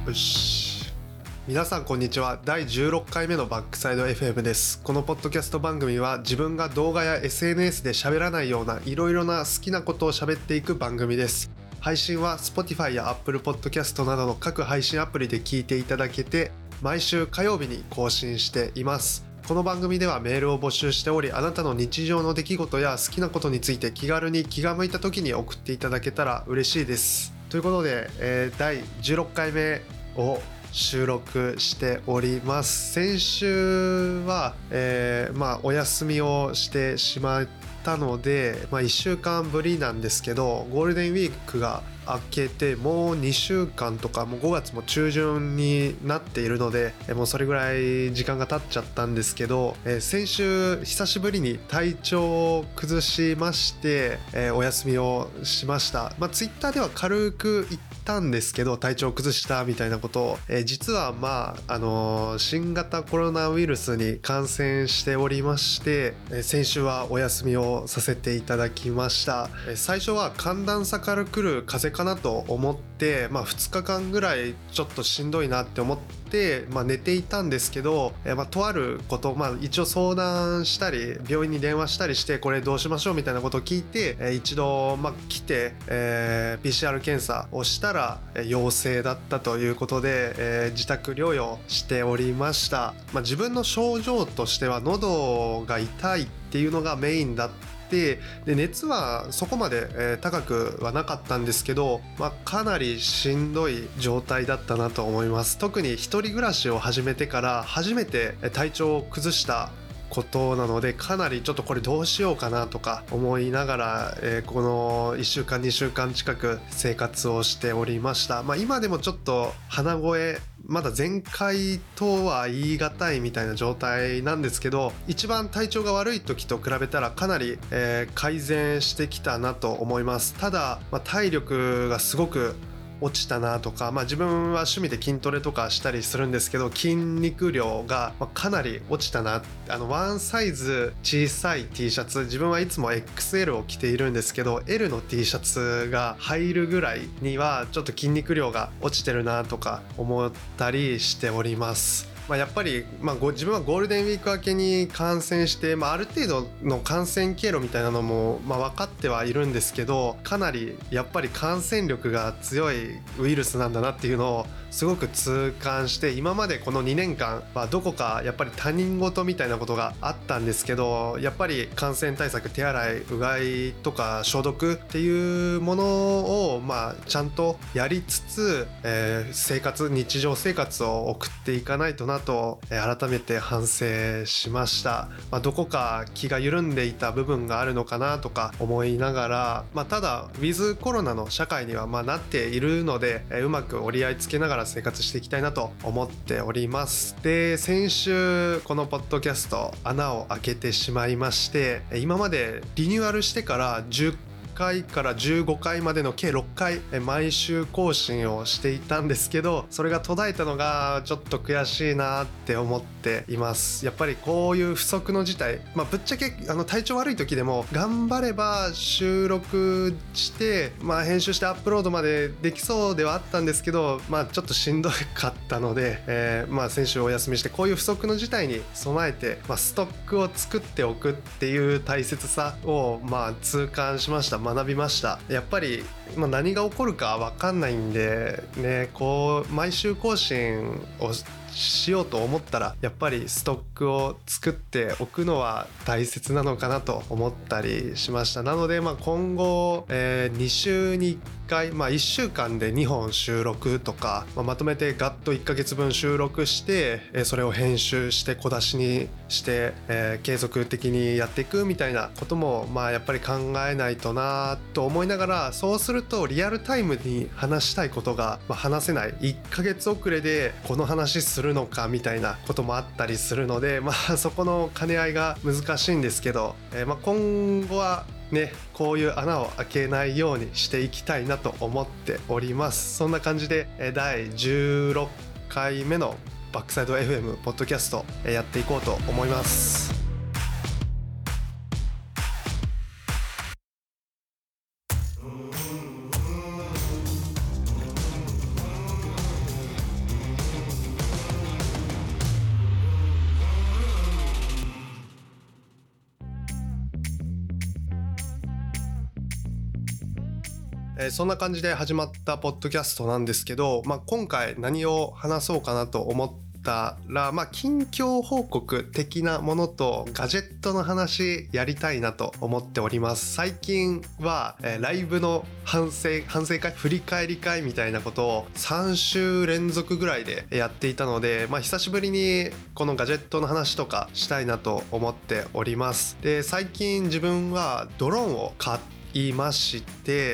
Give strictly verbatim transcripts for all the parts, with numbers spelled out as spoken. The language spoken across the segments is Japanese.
よし。皆さんこんにちは。だいじゅうろっかいめのバックサイド エフエム です。このポッドキャスト番組は自分が動画や エスエヌエス で喋らないようないろいろな好きなことを喋っていく番組です。配信は Spotify や Apple Podcast などの各配信アプリで聞いていただけて、毎週火曜日に更新しています。この番組ではメールを募集しており、あなたの日常の出来事や好きなことについて気軽に気が向いた時に送っていただけたら嬉しいです。ということで、えー、だいじゅうろっかいめを収録しております。先週は、えー、まあお休みをしてしまったので、まあ、いっしゅうかんぶりなんですけど、ゴールデンウィークが明けてもうにしゅうかんとか、もうごがつも中旬になっているので、もうそれぐらい時間が経っちゃったんですけど、えー、先週久しぶりに体調を崩しまして、えー、お休みをしました。まあ、ツイッターでは軽く言ったんですけど、体調を崩したみたいなことを、えー、実はまあ、あのー、新型コロナウイルスに感染しておりまして、えー、先週はお休みをさせていただきました。えー、最初は寒暖差から来る風邪かなと思って、まあ、ふつかかんぐらいちょっとしんどいなって思って、まあ、寝ていたんですけど、えーまあ、とあること、まあ、一応相談したり病院に電話したりして、これどうしましょうみたいなことを聞いて、えー、一度、まあ、来て、えー、ピーシーアール 検査をしたら、えー、陽性だったということで、えー、自宅療養しておりました。まあ、自分の症状としては喉が痛いっていうのがメインだったで熱はそこまで、えー、高くはなかったんですけど、まあ、かなりしんどい状態だったなと思います。特に一人暮らしを始めてから初めて体調を崩したことなので、かなりちょっとこれどうしようかなとか思いながら、えー、このいっしゅうかんにしゅうかん近く生活をしておりました。まあ、今でもちょっと鼻声まだ全開とは言い難いみたいな状態なんですけど、一番体調が悪い時と比べたらかなり、えー、改善してきたなと思います。ただ、まあ、体力がすごく落ちたなとか、まあ、自分は趣味で筋トレとかしたりするんですけど、筋肉量がかなり落ちたな。あのワンサイズ小さい T シャツ、自分はいつも エックスエル を着ているんですけど、 L の T シャツが入るぐらいにはちょっと筋肉量が落ちてるなとか思ったりしております。まあ、やっぱり、まあ、ご自分はゴールデンウィーク明けに感染して、まあ、ある程度の感染経路みたいなのも、まあ、分かってはいるんですけど、かなりやっぱり感染力が強いウイルスなんだなっていうのをすごく痛感して、今までこのにねんかん、まあ、どこかやっぱり他人事みたいなことがあったんですけど、やっぱり感染対策、手洗い、うがいとか消毒っていうものを、まあ、ちゃんとやりつつ、えー、生活日常生活を送っていかないとなと改めて反省しました。まあ、どこか気が緩んでいた部分があるのかなとか思いながら、まあ、ただウィズコロナの社会にはまあなっているので、うまく折り合いつけながら生活していきたいなと思っております。で、先週このポッドキャスト穴を開けてしまいまして、今までリニューアルしてからじゅっかいからじゅうごかいまでの計ろっかい毎週更新をしていたんですけど、それが途絶えたのがちょっと悔しいなって思っています。やっぱりこういう不測の事態、まあ、ぶっちゃけあの体調悪い時でも頑張れば収録して、まあ、編集してアップロードまでできそうではあったんですけど、まあ、ちょっとしんどかったので、えー、まあ先週お休みして、こういう不測の事態に備えて、まあ、ストックを作っておくっていう大切さをまあ痛感しました。学びました。やっぱり、まあ、何が起こるか分かんないんでね、こう毎週更新をしようと思ったらやっぱりストックを作っておくのは大切なのかなと思ったりしました。なので、まあ、今後、えー、にしゅうにいっかい、まあ、いっしゅうかんでにほん収録とか、まあ、まとめてガッといっかげつぶん収録して、えー、それを編集して小出しにして、えー、継続的にやっていくみたいなことも、まあ、やっぱり考えないとなと思いながら、そうするとリアルタイムに話したいことが、まあ、話せない、いっかげつ遅れでこの話するのかみたいなこともあったりするので、まあ、そこの兼ね合いが難しいんですけど、えーまあ、今後はね、こういう穴を開けないようにしていきたいなと思っております。そんな感じでだいじゅうろっかいめのバックサイド エフエム ポッドキャストやっていこうと思います。 えー、そんな感じで始まったポッドキャストなんですけど、まあ、今回何を話そうかなと思ったら、まあ、近況報告的なものとガジェットの話やりたいなと思っております。最近は、えー、ライブの反省反省会振り返り会みたいなことをさん週連続ぐらいでやっていたので、まあ、久しぶりにこのガジェットの話とかしたいなと思っております。で、最近自分はドローンを買っていまして、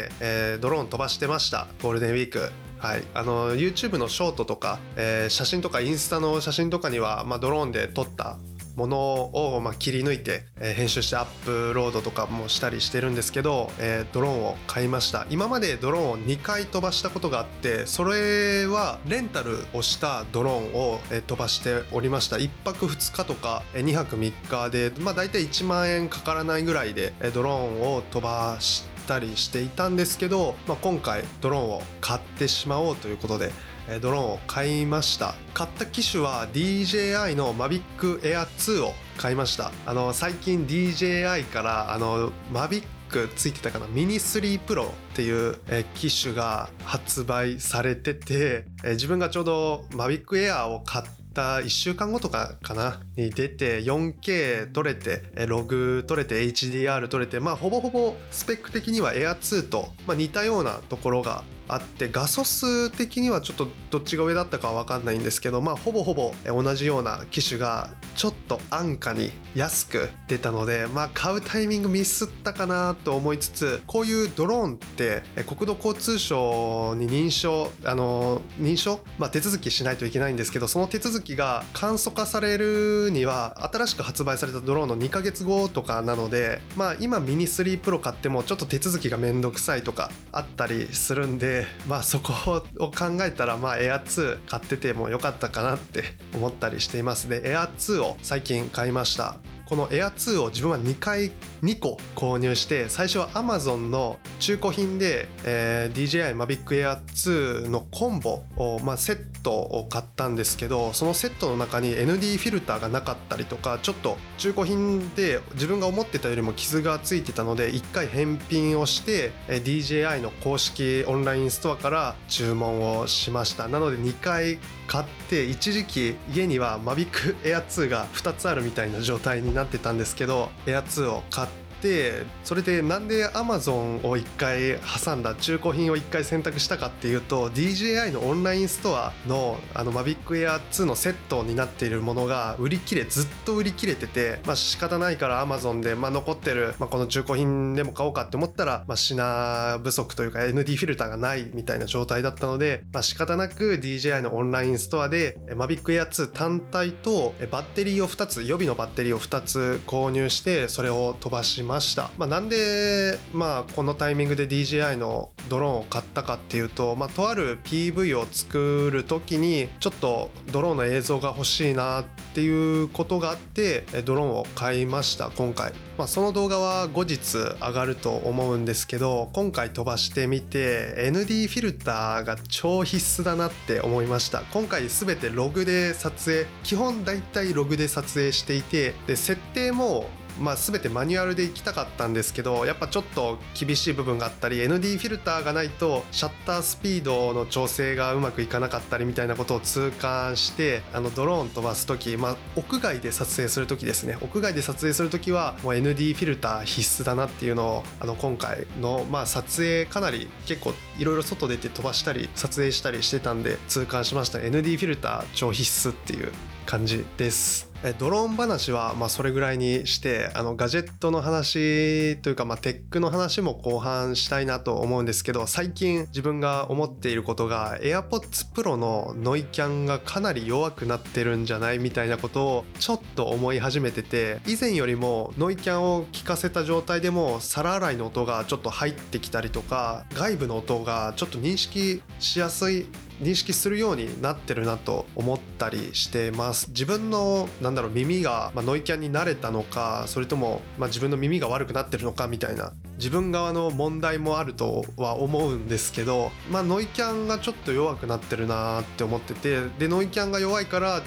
えー、ドローン飛ばしてました。ゴールデンウィーク、はい、あの YouTube のショートとか、えー、写真とかインスタの写真とかには、まあ、ドローンで撮ったものを、まあ、切り抜いて、えー、編集してアップロードとかもしたりしてるんですけど、えー、ドローンを買いました。今までドローンをにかい飛ばしたことがあって、それはレンタルをしたドローンを、えー、飛ばしておりました。いっぱくふつかとか、えー、にはくみっかで、まあ、大体いちまんえんかからないぐらいで、えー、ドローンを飛ばしたりしていたんですけど、まあ、今回ドローンを買ってしまおうということでドローンを買いました。買った機種は ディージェーアイ の Mavic Air ツーを買いました。あの最近 ディージェーアイ からあの Mavicついてたかな、ミニスリー Pro っていう機種が発売されてて、自分がちょうど Mavic Air を買ったいっしゅうかんごとかかなに出て よんケー 撮れてログ撮れて エイチディーアール 撮れて、まあほぼほぼスペック的には Air ツーと、まあ、似たようなところがあって、画素数的にはちょっとどっちが上だったかは分かんないんですけど、まあほぼほぼ同じような機種がちょっと安価に安く出たので、まあ買うタイミングミスったかなと思いつつ、こういうドローンって国土交通省に認証あの認証、まあ、手続きしないといけないんですけど、その手続きが簡素化されるには新しく発売されたドローンのにかげつごとかなので、まあ今ミニスリー Pro 買ってもちょっと手続きがめんどくさいとかあったりするんで、まあそこを考えたら、まあ Air ツー買っててもよかったかなって思ったりしています。で Air ツーを最近買いました。この Air ツーを自分はにかいにこ購入して、最初は Amazon の中古品で、えー、ディージェーアイ Mavic Air ツーのコンボを、まあ、セットを買ったんですけど、そのセットの中に エヌディー フィルターがなかったりとか、ちょっと中古品で自分が思ってたよりも傷がついてたのでいっかい返品をして ディージェーアイ の公式オンラインストアから注文をしました。なのでにかい買って、一時期家には Mavic Air ツーがふたつあるみたいな状態になってたんですけど、 Air ツーを買って、それでなんで Amazon をいっかい挟んだ中古品をいっかい選択したかっていうと、 ディージェーアイ のオンラインストアのあの Mavic Air ツーのセットになっているものが売り切れずっと売り切れてて、まあ仕方ないから Amazon で、まあ、残ってる、まあ、この中古品でも買おうかって思ったら、まあ、品不足というか エヌディー フィルターがないみたいな状態だったので、まあ、仕方なく ディージェーアイ のオンラインストアで Mavic Air ツー単体とバッテリーをふたつ、予備のバッテリーをふたつ購入して、それを飛ばしました。まあ、なんで、まあ、このタイミングで ディージェーアイ のドローンを買ったかっていうと、まあ、とある ピーブイ を作る時にちょっとドローンの映像が欲しいなっていうことがあってドローンを買いました今回。まあ、その動画は後日上がると思うんですけど、今回飛ばしてみて エヌディー フィルターが超必須だなって思いました。今回全てログで撮影、基本だいたいログで撮影していて、で設定もまあ、全てマニュアルでいきたかったんですけど、やっぱちょっと厳しい部分があったり、 エヌディー フィルターがないとシャッタースピードの調整がうまくいかなかったりみたいなことを痛感して、あのドローン飛ばす時、まあ、屋外で撮影する時ですね、屋外で撮影する時はもう エヌディー フィルター必須だなっていうのを、あの今回の、まあ、撮影かなり結構いろいろ外出て飛ばしたり撮影したりしてたんで痛感しました。 エヌディー フィルター超必須っていう感じです。ドローン話はまあそれぐらいにして、あのガジェットの話というか、まあテックの話も後半したいなと思うんですけど、最近自分が思っていることが AirPods Pro のノイキャンがかなり弱くなってるんじゃないみたいなことをちょっと思い始めてて、以前よりもノイキャンを聞かせた状態でも皿洗いの音がちょっと入ってきたりとか、外部の音がちょっと認識しやすい認識するようになってるなと思ったりしてます。自分のなんだろう耳が、まあ、ノイキャンに慣れたのか、それとも、まあ、自分の耳が悪くなってるのかみたいな自分側の問題もあるとは思うんですけど、まあ、ノイキャンがちょっと弱くなってるなって思ってて、でノイキャンが弱いから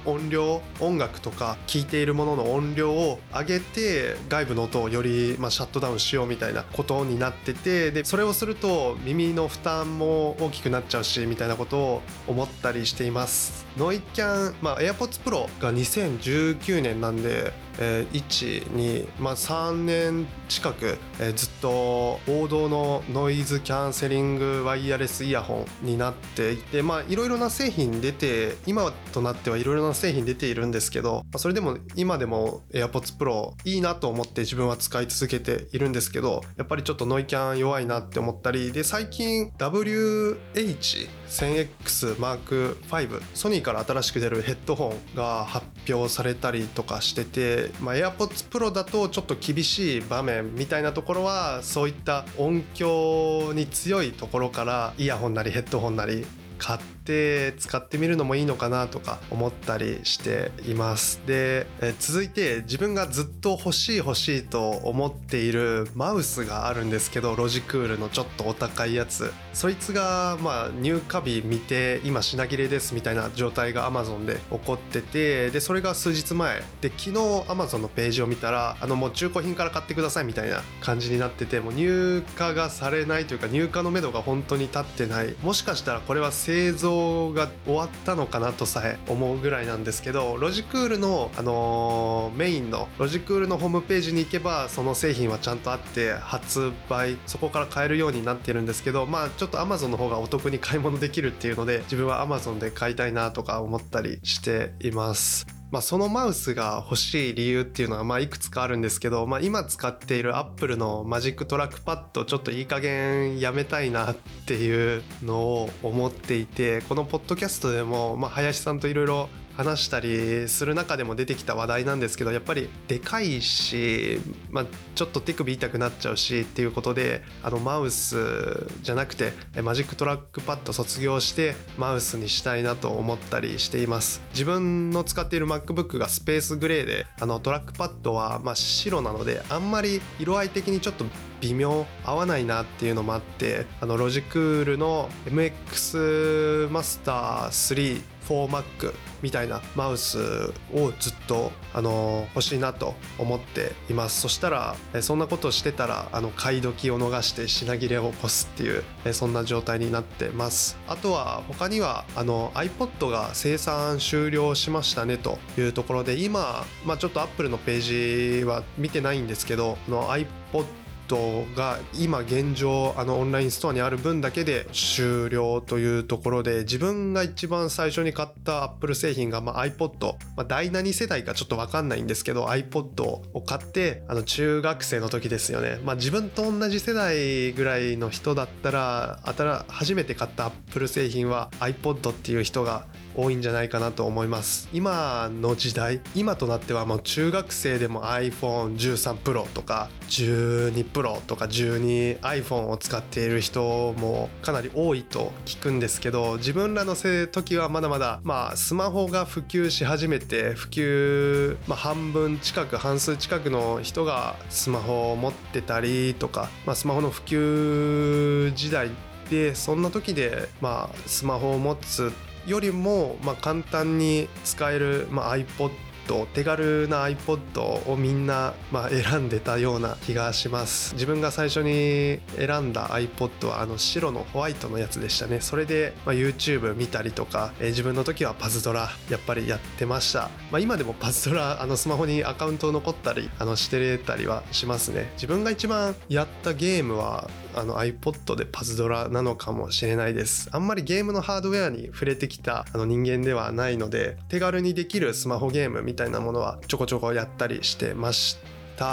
音量、音楽とか聴いているものの音量を上げて外部の音をより、まあ、シャットダウンしようみたいなことになってて、でそれをすると耳の負担も大きくなっちゃうしみたいなことを思ったりしています。ノイキャン、まあ、AirPods Pro がにせんじゅうきゅうねんなんで、えー、いち、に、まあ、さんねん近く、えー、ずっと王道のノイズキャンセリングワイヤレスイヤホンになっていて、まあいろいろな製品出て、今となってはいろいろな製品出ているんですけど、まあ、それでも今でも AirPods Pro いいなと思って自分は使い続けているんですけど、やっぱりちょっとノイキャン弱いなって思ったりで、最近 ダブリューエイチせんエックス Mark ファイブ ソニーから新しく出るヘッドホンが発表されたりとかしてて、まあ、AirPods Pro だとちょっと厳しい場面みたいなところは、そういった音響に強いところからイヤホンなりヘッドホンなり買って使ってみるのもいいのかなとか思ったりしています。で、え続いて自分がずっと欲しい欲しいと思っているマウスがあるんですけど、ロジクールのちょっとお高いやつ、そいつがまあ入荷日見て今品切れですみたいな状態が Amazon で起こってて、でそれが数日前で、昨日 Amazon のページを見たら、あのもう中古品から買ってくださいみたいな感じになってて、もう入荷がされないというか、入荷のめどが本当に立ってない、もしかしたらこれは製造が終わったのかなとさえ思うぐらいなんですけど、ロジクールの、あのー、メインのロジクールのホームページに行けばその製品はちゃんとあって発売、そこから買えるようになってるんですけど、まあちょっと Amazon の方がお得に買い物できるっていうので、自分は Amazon で買いたいなとか思ったりしています。まあ、そのマウスが欲しい理由っていうのはまあいくつかあるんですけど、まあ、今使っている Apple のマジックトラックパッドちょっといい加減やめたいなっていうのを思っていて、このポッドキャストでもまあ林さんといろいろ話したりする中でも出てきた話題なんですけど、やっぱりでかいし、まあ、ちょっと手首痛くなっちゃうしっていうことで、あのマウスじゃなくてマジックトラックパッド卒業してマウスにしたいなと思ったりしています。自分の使っている MacBook がスペースグレーで、あのトラックパッドはまあ白なので、あんまり色合い的にちょっと微妙合わないなっていうのもあって、あのロジクールの エムエックス マスタースリー フォー Mac みたいなマウスをずっとあの欲しいなと思っています。そしたらそんなことをしてたらあの買い時を逃して品切れを起こすっていう、そんな状態になってます。あとは他にはあの iPod が生産終了しましたねというところで、今、まあ、ちょっと Apple のページは見てないんですけど、あの iPodが今現状あのオンラインストアにある分だけで終了というところで、自分が一番最初に買った Apple 製品が、まあ、iPod、まあ、第何世代かちょっと分かんないんですけど iPod を買って、あの中学生の時ですよね。まあ、自分と同じ世代ぐらいの人だったら、新初めて買った Apple 製品は iPod っていう人が多いんじゃないかなと思います。今の時代、今となってはもう中学生でも アイフォンじゅうさん Pro とかじゅうに Pro とかじゅうに iPhone を使っている人もかなり多いと聞くんですけど、自分らの時はまだまだ、まあ、スマホが普及し始めて、普及、まあ、半分近く半数近くの人がスマホを持ってたりとか、まあ、スマホの普及時代で、そんな時で、まあ、スマホを持つよりも、まあ、簡単に使える、まあ、iPod、手軽な iPod をみんな、まあ、選んでたような気がします。自分が最初に選んだ iPod はあの白のホワイトのやつでしたね。それで、まあ、YouTube 見たりとか、えー、自分の時はパズドラやっぱりやってました。まあ、今でもパズドラあのスマホにアカウント残ったりあのしてたりはしますね。自分が一番やったゲームはあの iPod でパズドラなのかもしれないです。あんまりゲームのハードウェアに触れてきたあの人間ではないので、手軽にできるスマホゲームみたいなものはちょこちょこやったりしてました。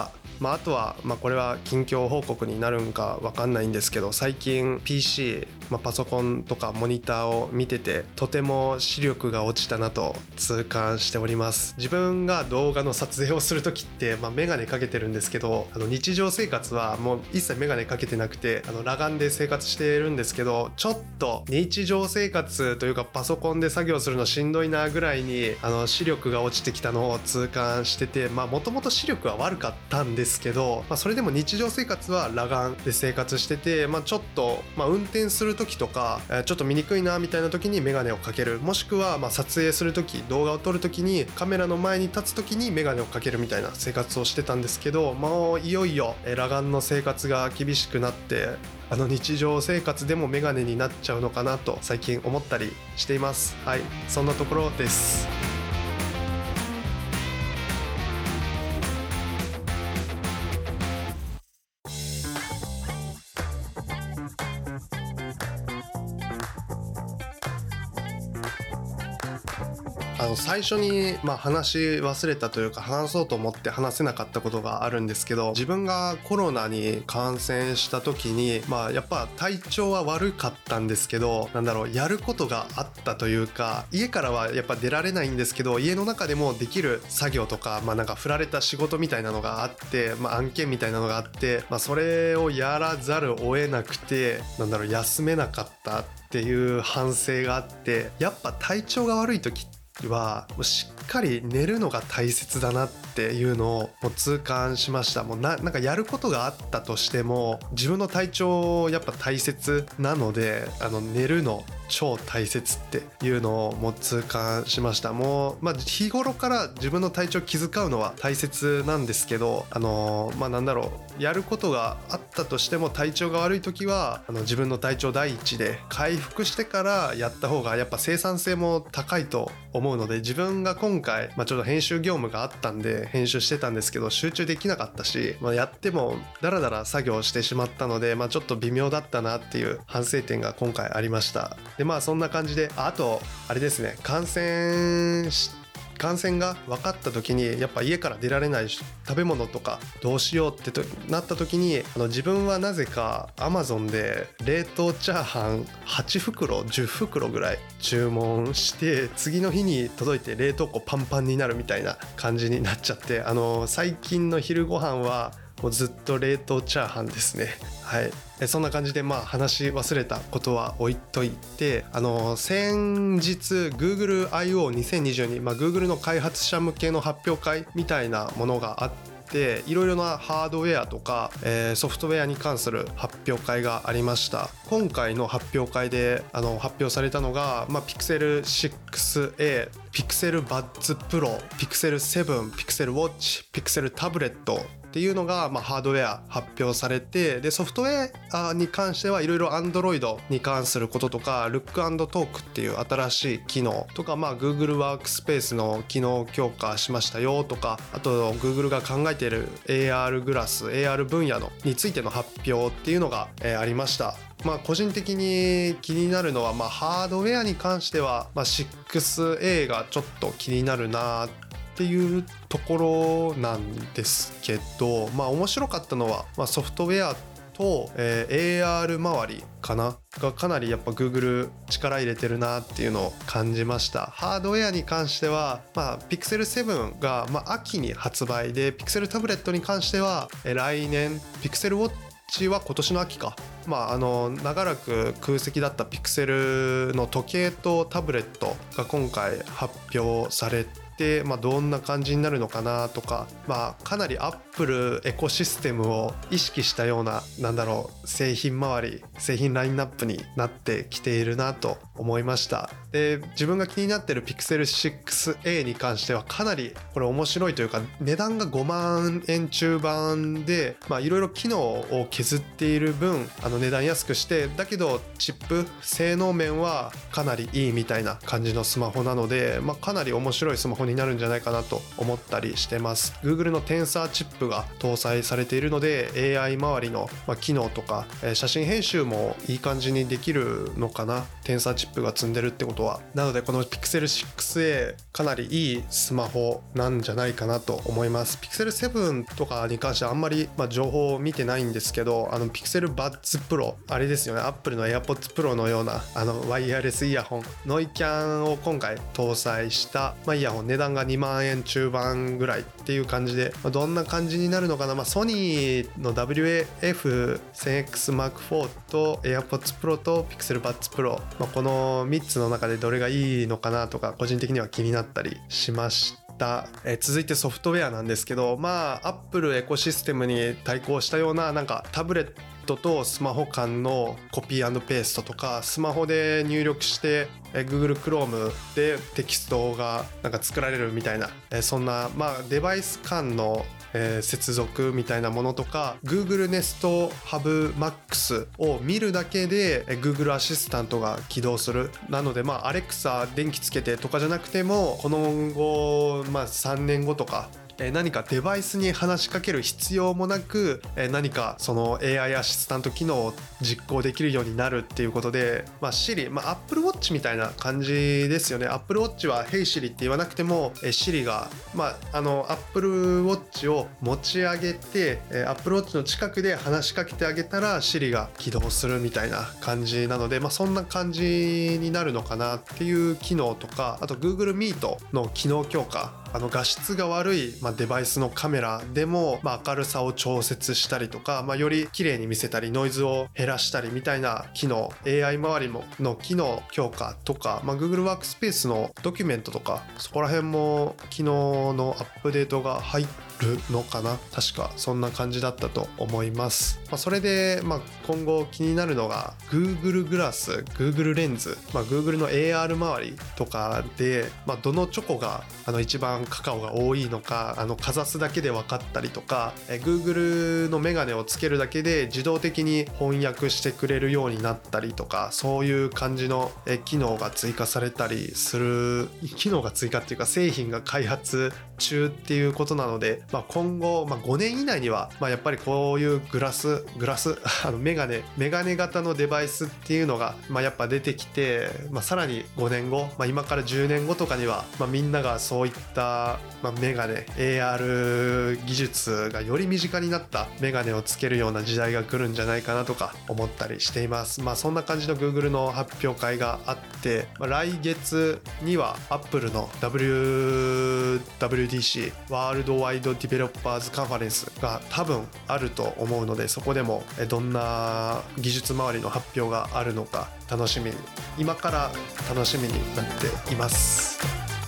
まあ、あとは、まあ、これは近況報告になるんかわかんないんですけど、最近 ピーシー、まあ、パソコンとかモニターを見てて、とても視力が落ちたなと痛感しております。自分が動画の撮影をする時って、まあ、メガネかけてるんですけど、あの日常生活はもう一切メガネかけてなくて、あの裸眼で生活してるんですけど、ちょっと日常生活というかパソコンで作業するのしんどいなぐらいにあの視力が落ちてきたのを痛感してて、まあもともと視力は悪かっったんですけど、まあ、それでも日常生活は裸眼で生活してて、まあ、ちょっと、まあ、運転する時とか、えー、ちょっと見にくいなみたいな時にメガネをかける、もしくはまあ撮影する時、動画を撮る時にカメラの前に立つ時にメガネをかけるみたいな生活をしてたんですけど、もういよいよ裸眼の生活が厳しくなって、あの日常生活でもメガネになっちゃうのかなと最近思ったりしています。はい、そんなところです。あの最初にまあ話し忘れたというか、話そうと思って話せなかったことがあるんですけど、自分がコロナに感染した時に、まあやっぱ体調は悪かったんですけど、なんだろう、やることがあったというか、家からはやっぱ出られないんですけど、家の中でもできる作業とか、まあなんか振られた仕事みたいなのがあって、まあ案件みたいなのがあって、まあそれをやらざるを得なくて、なんだろう、休めなかったっていう反省があって、やっぱ体調が悪い時ってはもうしっかり寝るのが大切だなっていうのをもう痛感しました。もう な, なんかやることがあったとしても自分の体調やっぱ大切なので、あの寝るの超大切っていうのをもう痛感しました。もう、まあ、日頃から自分の体調気遣うのは大切なんですけど、あのまあなんだろう、やることがあったとしても体調が悪い時はあの自分の体調第一で回復してからやった方がやっぱ生産性も高いと思うので、自分が今回、まあ、ちょっと編集業務があったんで編集してたんですけど集中できなかったし、まあ、やってもダラダラ作業してしまったので、まあ、ちょっと微妙だったなっていう反省点が今回ありました。でまあそんな感じで、あとあれですね、感染し感染が分かった時にやっぱ家から出られないし、食べ物とかどうしようってとなった時に、あの自分はなぜか Amazon で冷凍チャーハンはちふくろじゅっふくろぐらい注文して、次の日に届いて冷凍庫パンパンになるみたいな感じになっちゃって、あの最近の昼ご飯はもうずっと冷凍チャーハンですね。はい、そんな感じで、まあ話し忘れたことは置いといて、あの先日 Google アイオーにせんにじゅうに、まあ、Google の開発者向けの発表会みたいなものがあって、いろいろなハードウェアとか、えー、ソフトウェアに関する発表会がありました。今回の発表会であの発表されたのが、まあ、Pixel シックスエー、Pixel Buds Pro、Pixel セブン、Pixel Watch、Pixel Tabletっていうのが、まあ、ハードウェア発表されて、でソフトウェアに関してはいろいろ Android に関することとか、 Look and Talk っていう新しい機能とか、まあ、Google ワークスペースの機能強化しましたよとか、あと Google が考えている エーアール グラス エーアール 分野のについての発表っていうのが、えー、ありました。まあ個人的に気になるのは、まあハードウェアに関しては、まあ、シックスエー がちょっと気になるなっていうところなんですけど、まあ面白かったのは、まあ、ソフトウェアと、えー、エーアール 周りかながかなりやっぱ Google 力入れてるなっていうのを感じました。ハードウェアに関しては、まあ、Pixel セブンが、まあ、秋に発売で、Pixel タブレットに関しては、えー、来年、Pixel Watch は今年の秋か。まあ、あの長らく空席だったピクセルの時計とタブレットが今回発表されて、まあ、どんな感じになるのかなとか、まあ、かなりアップルエコシステムを意識したような、なんだろう、製品周り、製品ラインナップになってきているなと思いました。で自分が気になってる Pixel シックスエー に関してはかなりこれ面白いというか、値段がごまんえん中盤で、まあいろいろ機能を削っている分、あの値段安くして、だけどチップ性能面はかなりいいみたいな感じのスマホなので、まあ、かなり面白いスマホになるんじゃないかなと思ったりしてます。 Google のテンサーチップが搭載されているので エーアイ 周りの、まあ、機能とか、えー、写真編集もいい感じにできるのかな、テンサーチップが積んでるってことは。なのでこの Pixel シックスエー かなりいいスマホなんじゃないかなと思います。 Pixel セブンとかに関してはあんまり、まあ、情報を見てないんですけど、あの Pixel Buds Pro、 あれですよね、 Apple の AirPods Pro のようなあのワイヤレスイヤホン、ノイキャンを今回搭載した、まあ、イヤホン、値段がにまんえん中盤ぐらいっていう感じで、まあ、どんな感じになるのかな。まあ、ソニーの ダブリューエーエフテンエックスマークフォー と AirPods Pro と Pixel Buds Pro、まあ、このみっつの中でどれがいいのかなとか個人的には気になったりしました。 た。えー、続いてソフトウェアなんですけど、まあ Apple エコシステムに対抗したようななんかタブレットとスマホ間のコピー&ペーストとか、スマホで入力してえ Google Chrome でテキストがなんか作られるみたいな、えそんなまあデバイス間のえー、接続みたいなものとか、 Google Nest Hub Max を見るだけで、えー、Google アシスタントが起動する。なのでまあ Alexa 電気つけてとかじゃなくても、この後、まあ、さんねんごとか何かデバイスに話しかける必要もなく、何かその エーアイ アシスタント機能を実行できるようになるっていうことで、まあ Siri、まあ Apple Watch みたいな感じですよね。Apple Watch は Hey Siri って言わなくても Siri が、まああの Apple Watch を持ち上げて Apple Watch の近くで話しかけてあげたら Siri が起動するみたいな感じなので、まあそんな感じになるのかなっていう機能とか、あと Google Meet の機能強化、あの画質が悪い、まあ、デバイスのカメラでも、まあ、明るさを調節したりとか、まあ、より綺麗に見せたりノイズを減らしたりみたいな機能、 エーアイ 周りもの機能強化とか、まあ、Google ワークスペースのドキュメントとか、そこら辺も昨日のアップデートが入るのかな、確かそんな感じだったと思います。まあ、それで、まあ、今後気になるのが Google グラス、Google レンズ、まあ、Google の エーアール 周りとかで、まあ、どのチョコがあの一番カカオが多いのか、あのかざすだけで分かったりとか、え Google のメガネをつけるだけで自動的に翻訳してくれるようになったりとか、そういう感じのえ機能が追加されたりする、機能が追加っていうか製品が開発中っていうことなので、まあ、今後、まあ、ごねん以内には、まあ、やっぱりこういうグラスグラスあのメガネメガネ型のデバイスっていうのが、まあ、やっぱ出てきて、まあ、さらにごねんご、まあ、今からじゅうねんごとかには、まあ、みんながそういった、まあ、メガネ エーアール 技術がより身近になったメガネをつけるような時代が来るんじゃないかなとか思ったりしています。まあ、そんな感じの Google の発表会があって、まあ、来月には Apple の ダブリューダブリューディーシー ワールドワイドディベロッパーズカンファレンスが多分あると思うので、そこでもどんな技術周りの発表があるのか楽しみに、今から楽しみになっています。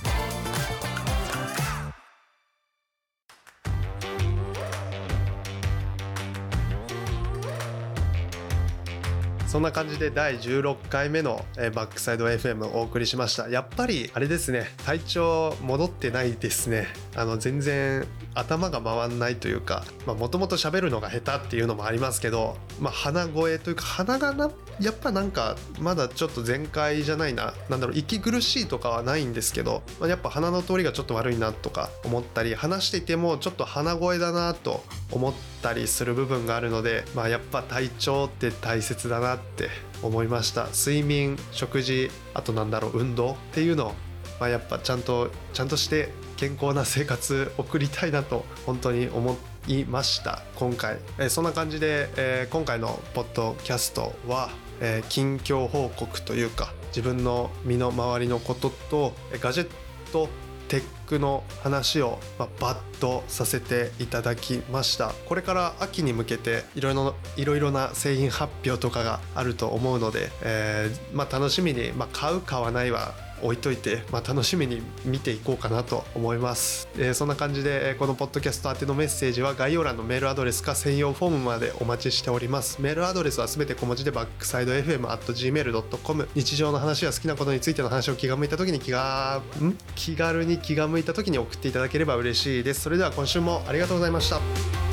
そんな感じでだいじゅうろっかいめのバックサイド エフエム をお送りしました。やっぱりあれですね、体調戻ってないですね。あの全然頭が回んないというか、もともと喋るのが下手っていうのもありますけど、まあ、鼻声というか鼻がなやっぱなんかまだちょっと全開じゃないな、なんだろう、息苦しいとかはないんですけど、まあ、やっぱ鼻の通りがちょっと悪いなとか思ったり、話していてもちょっと鼻声だなと思ったりする部分があるので、まあ、やっぱ体調って大切だなって思いました。睡眠、食事、あとなんだろう、運動っていうのを、まあ、やっぱちゃんとちゃんとして健康な生活を送りたいなと本当に思いました今回。えー、そんな感じで、えー、今回のポッドキャストは、えー、近況報告というか、自分の身の回りのこととガジェットテックの話を、まあ、バッとさせていただきました。これから秋に向けていろいろいろいろな製品発表とかがあると思うので、えーまあ、楽しみに、まあ、買う買わないは置いといて、まあ、楽しみに見ていこうかなと思います。えー、そんな感じで、えー、このポッドキャスト宛てのメッセージは概要欄のメールアドレスか専用フォームまでお待ちしております。メールアドレスはすべて小文字でバックサイド エフエム アット ジーメール ドット コム。 日常の話や好きなことについての話を気が向いた時に気がん気軽に気が向いた時に送っていただければ嬉しいです。それでは今週もありがとうございました。